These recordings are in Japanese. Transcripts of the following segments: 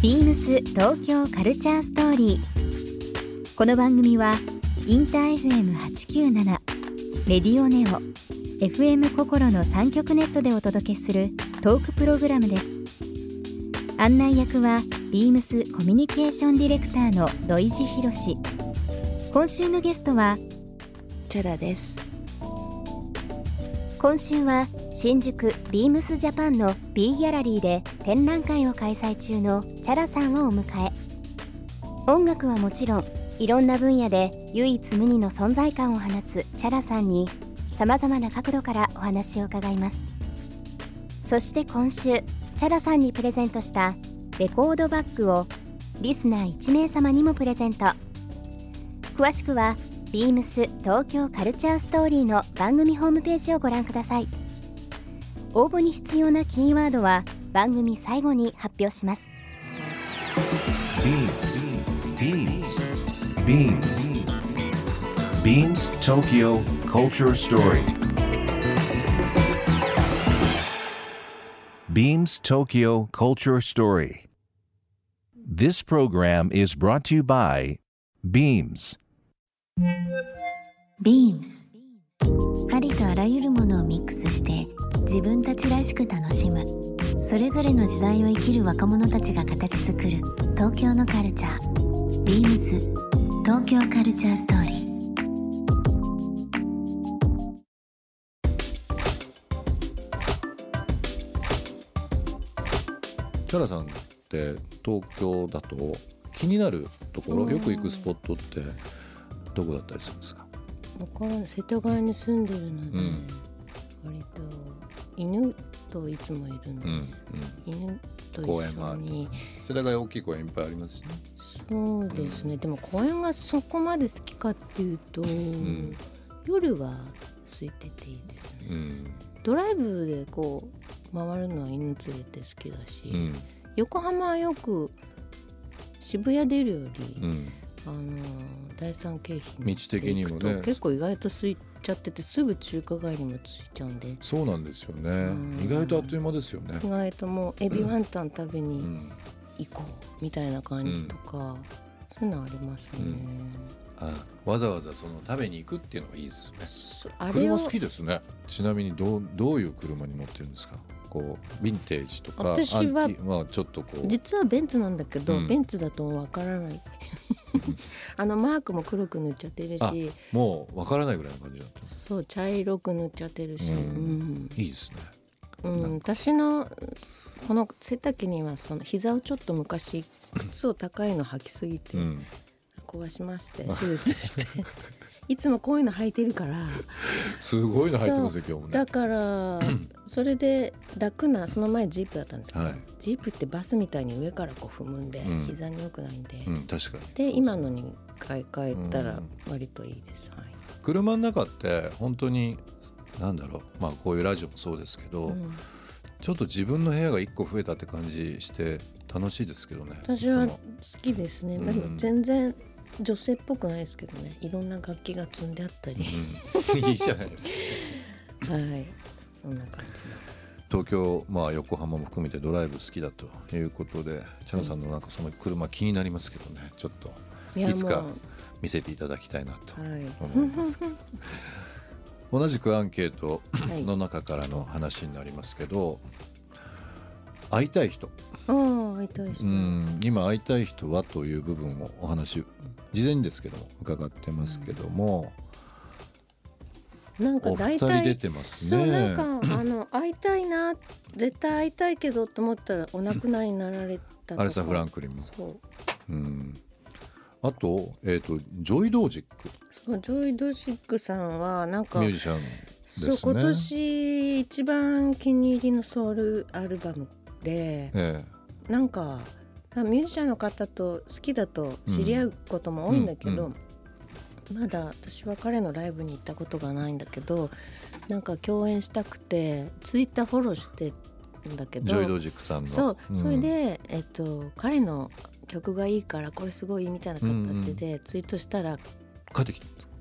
ビームス東京カルチャーストーリー。この番組はインター FM897 レディオネオ FM 心の3極ネットでお届けするトークプログラムです。案内役はビームスコミュニケーションディレクターの土井博志。今週のゲストはチャラです。 今週は新宿ビームスジャパンの B ギャラリーで展覧会を開催中のチャラさんをお迎え、音楽はもちろんいろんな分野で唯一無二の存在感を放つチャラさんにさまざまな角度からお話を伺います。そして今週チャラさんにプレゼントしたレコードバッグをリスナー1名様にもプレゼント。詳しくはビームス東京カルチャーストーリーの番組ホームページをご覧ください。応募に必要なキーワードは番組最後に発表します。 Beams Tokyo Culture Story. Beams Tokyo Culture Story. This program is brought to you by Beams. Beams ありとあらゆるものをミックスして自分たちらしく楽しむ、それぞれの時代を生きる若者たちが形作る東京のカルチャー。 Beams 東京カルチャーストーリー。 チャラさんって東京だと気になるところ、よく行くスポットってどこだったりするんですか？ 世田谷に住んでるので、割と犬といつもいるんで、犬と一緒に。 世田谷大きい公園いっぱいありますしね。 そうですね、でも公園がそこまで好きかっていうと、夜は空いてていいですね、ドライブでこう回るのは犬連れて好きだし、横浜はよく渋谷出るより、第三京浜道的にもね結構意外と空いちゃってて、すぐ中華街にも着いちゃうんで。 そうなんですよね、意外とあっという間ですよね。 意外ともうエビワンタン食べに行こうみたいな感じとか、そういうのありますね、 わざわざその食べに行くっていうのがいいですよね。 あれ車好きですね。ちなみにどういう車に乗ってるんですか？こうヴィンテージとか私はちょっとこう実はベンツなんだけど、ベンツだとわからないマークも黒く塗っちゃってるし、 もうわからないぐらいの感じだった。 そう茶色く塗っちゃってるし、 いいですね。 私のこの背丈にはその膝をちょっと昔靴を高いの履きすぎて壊しまして、手術していつもこういうの履いてるからすごいの履いてますよ今日もね。 だからそれで楽な、その前ジープだったんですけど、ジープってバスみたいに上からこう踏むんで、膝に良くないんで、 確かに。 で今のに買い替えたら割といいです、 車の中って本当になんだろう、こういうラジオもそうですけど、ちょっと自分の部屋が1個増えたって感じして楽しいですけどね。 私は好きですね、でも全然女性っぽくないですけどね、いろんな楽器が積んであったり、 いいじゃないですかそんな感じの東京、横浜も含めてドライブ好きだということで、チャラさんのなんかその車気になりますけどね、ちょっといつか見せていただきたいなと思います、同じくアンケートの中からの話になりますけど、会いたい人、今会いたい人はという部分をお話事前にですけども伺ってますけども、 なんか大体お二人出てますね。 そう、なんか会いたいな、絶対会いたいけどと思ったらお亡くなりになられたとか、 アレサ・フランクリンもそう、 あと、ジョイ・ドージック。 そう、ジョイ・ドジックさんはなんかミュージシャンですね。 そう、今年一番気に入りのソウルアルバムで、なんかミュージシャンの方と好きだと知り合うことも多いんだけど、まだ私は彼のライブに行ったことがないんだけど、なんか共演したくてツイッターフォローしてんだけど、 ジョイ・ドジックさんのそう、それで、彼の曲がいいからこれすごいみたいな形でツイートしたら、 帰ってきた。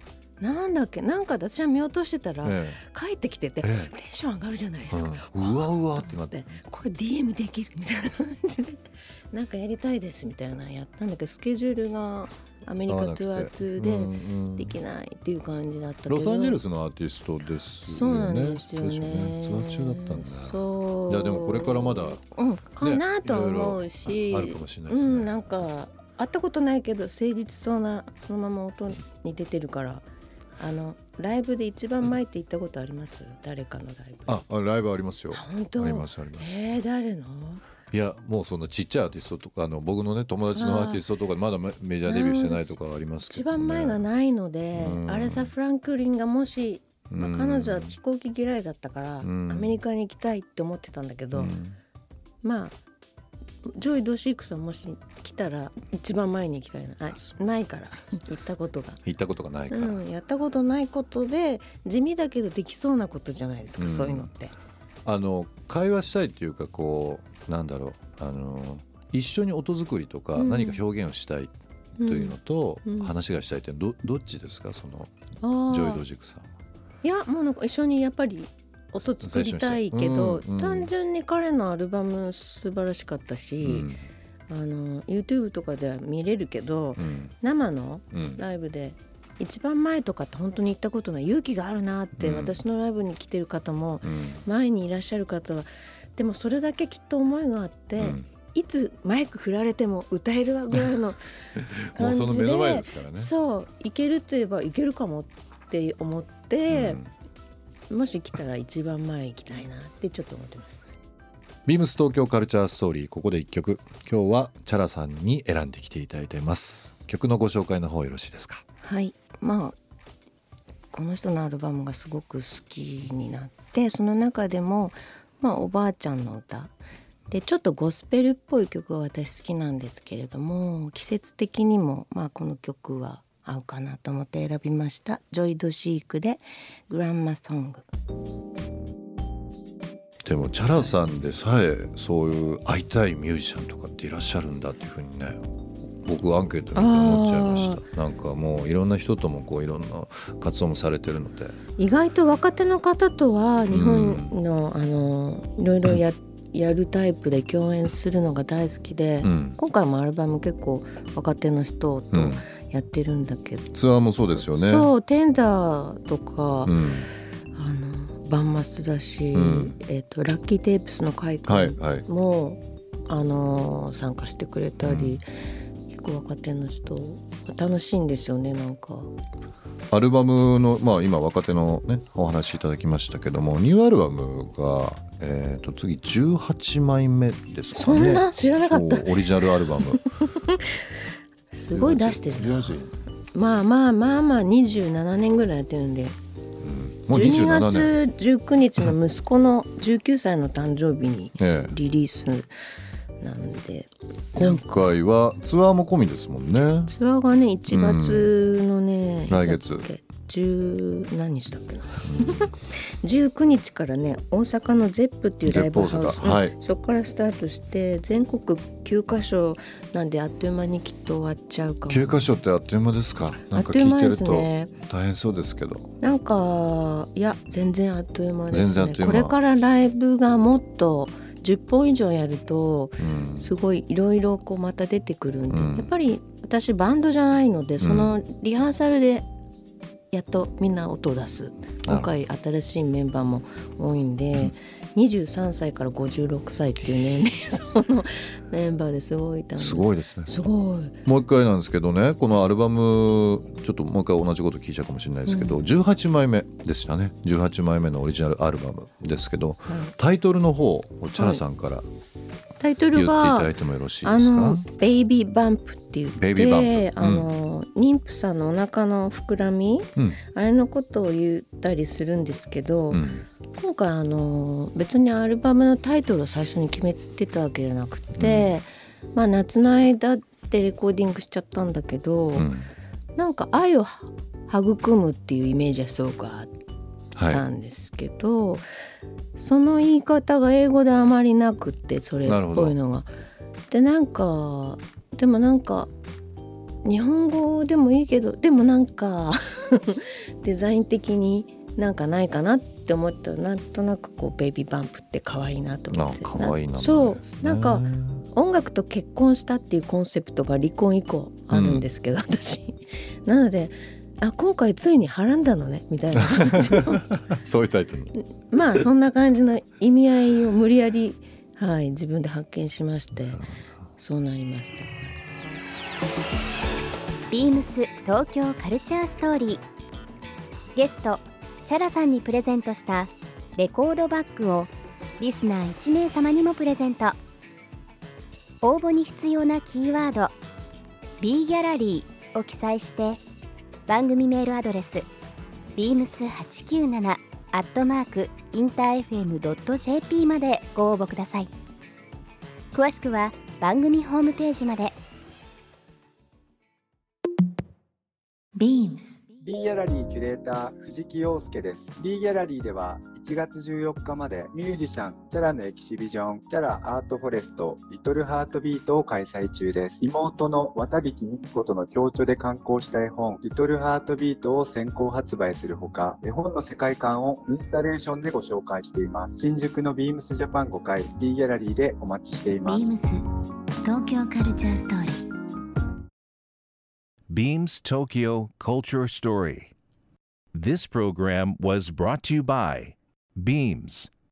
なんだっけ、なんか私は見落としてたら、帰ってきてて、テンション上がるじゃないですか、 うわうわってなって、 これ DM できるみたいな感じでなんかやりたいですみたいなのやったんだけど、スケジュールがアメリカツアー2でできないっていう感じだったけど、 ロサンゼルスのアーティストですよね。 そうなんですよね。 ツアー中だったんだ。 そう。 いやでもこれからまだ、 かなと思うし、 あるかもしれないですね。 なんか会ったことないけど誠実そうな、そのまま音に出てるから、ライブで一番前って行ったことあります？誰かのライブ。 ライブありますよ。 本当？ あります。 誰の？ いやもうそのちっちゃいアーティストとか僕のね友達のアーティストとかまだメジャーデビューしてないとかありますけど、ね、 一番前がないので、アレサ・フランクリンがもし、彼女は飛行機嫌いだったから、アメリカに行きたいって思ってたんだけど、まあジョイ・ドシークさんもし来たら一番前に行きたいな。ないから行ったことがないから、 やったことないことで地味だけどできそうなことじゃないですか、そういうのって。 会話したいっていうか、こうなんだろう、一緒に音作りとか何か表現をしたいというのと、話がしたいってどっちですか、そのジョイ・ドジクさん。 いやもうなんか一緒にやっぱり音作りたいけど、単純に彼のアルバム素晴らしかったし、YouTube とかでは見れるけど、生のライブで一番前とかって本当に行ったことない、勇気があるなって、私のライブに来てる方も、前にいらっしゃる方はでもそれだけきっと思いがあって、いつマイク振られても歌えるわぐらいの感じでもうその目の前ですからね。 そういけるといえばいけるかもって思って、もし来たら一番前行きたいなってちょっと思ってます。 ビームス東京カルチャーストーリー、ここで1曲、今日はチャラさんに選んできていただいています。曲のご紹介の方よろしいですか？ はい、この人のアルバムがすごく好きになって、その中でも、おばあちゃんの歌でちょっとゴスペルっぽい曲が私好きなんですけれども、季節的にもこの曲は合うかなと思って選びました。ジョイ・ドシークでグランマソング。 でもチャラさんでさえそういう会いたいミュージシャンとかっていらっしゃるんだっていうふうにね、僕アンケートで思っちゃいました。なんかもういろんな人ともいろんな活動もされてるので、 意外と若手の方とは日本の、いろいろやるタイプで共演するのが大好きで、今回もアルバム結構若手の人とやってるんだけど、 ツアーもそうですよね。 そうテンダーとか、バンマスだし、ラッキーテープスの会館も、参加してくれたり、結構若手の人楽しいんですよね。なんかアルバムの、今若手のねお話いただきましたけども、ニューアルバムが次18枚目ですかね。 そんな知らなかった。 オリジナルアルバムすごい出してるな。まあ27年ぐらいやってるんで、もう12月19日の息子の19歳の誕生日にリリースなんで、 今回はツアーも込みですもんね。 ツアーがね1月のね、 来月 10何日だっけな、19日からね大阪のゼップっていうライブハウス、そこからスタートして全国9カ所なんで、あっという間にきっと終わっちゃうかも。 9カ所ってあっという間ですか？なんか聞いてると大変そうですけど、 なんかいや全然あっという間ですね。これからライブがもっと10本以上やるとすごいいろいろまた出てくるんで、やっぱり私バンドじゃないので、そのリハーサルでやっとみんな音を出す。今回新しいメンバーも多いんで、23歳から56歳っていう年齢層のメンバーですごい楽しい。 すごいですね。 すごい。 もう一回なんですけどね、このアルバムちょっともう一回同じこと聞いちゃうかもしれないですけど、18枚目ですよね。18枚目のオリジナルアルバムですけど、タイトルの方をチャラさんからタイトルが言っていただいてもよろしいですか？ ベイビーバンプって言って、妊婦さんのお腹の膨らみ、あれのことを言ったりするんですけど、今回別にアルバムのタイトルを最初に決めてたわけじゃなくて、夏の間ってレコーディングしちゃったんだけど、なんか愛を育むっていうイメージはすごくあったんですけど、その言い方が英語であまりなくって、それっぽいのがで、でもなんか日本語でもいいけど、でもなんかデザイン的になんかないかなって思ったら、なんとなくこうベイビーバンプって可愛いなと思って。 可愛いな。 そう、なんか音楽と結婚したっていうコンセプトが離婚以降あるんですけど、私なので今回ついにはらんだのねみたいな感じそういうタイトル。 まあそんな感じの意味合いを無理やり、はい、自分で発見しまして、そうなりました。 ビームス東京カルチャーストーリー、ゲストチャラさんにプレゼントしたレコードバッグをリスナー1名様にもプレゼント。応募に必要なキーワード B ギャラリーを記載して番組メールアドレス beams897@interfm.jp までご応募ください。詳しくは番組ホームページまで。 BEAMS B ギャラリーキュレーター藤木陽介です。 B ギャラリーでは1月14日までミュージシャンチャラのエキシビジョンチャラアートフォレストリトルハートビートを開催中です。妹の綿引光子との共著で刊行した絵本リトルハートビートを先行発売するほか、絵本の世界観をインスタレーションでご紹介しています。新宿のビームスジャパン5階 B ギャラリーでお待ちしています。 BEAMS 東京カルチャーストーリー。 Beams Tokyo Culture Story. This program was brought to you by Beams.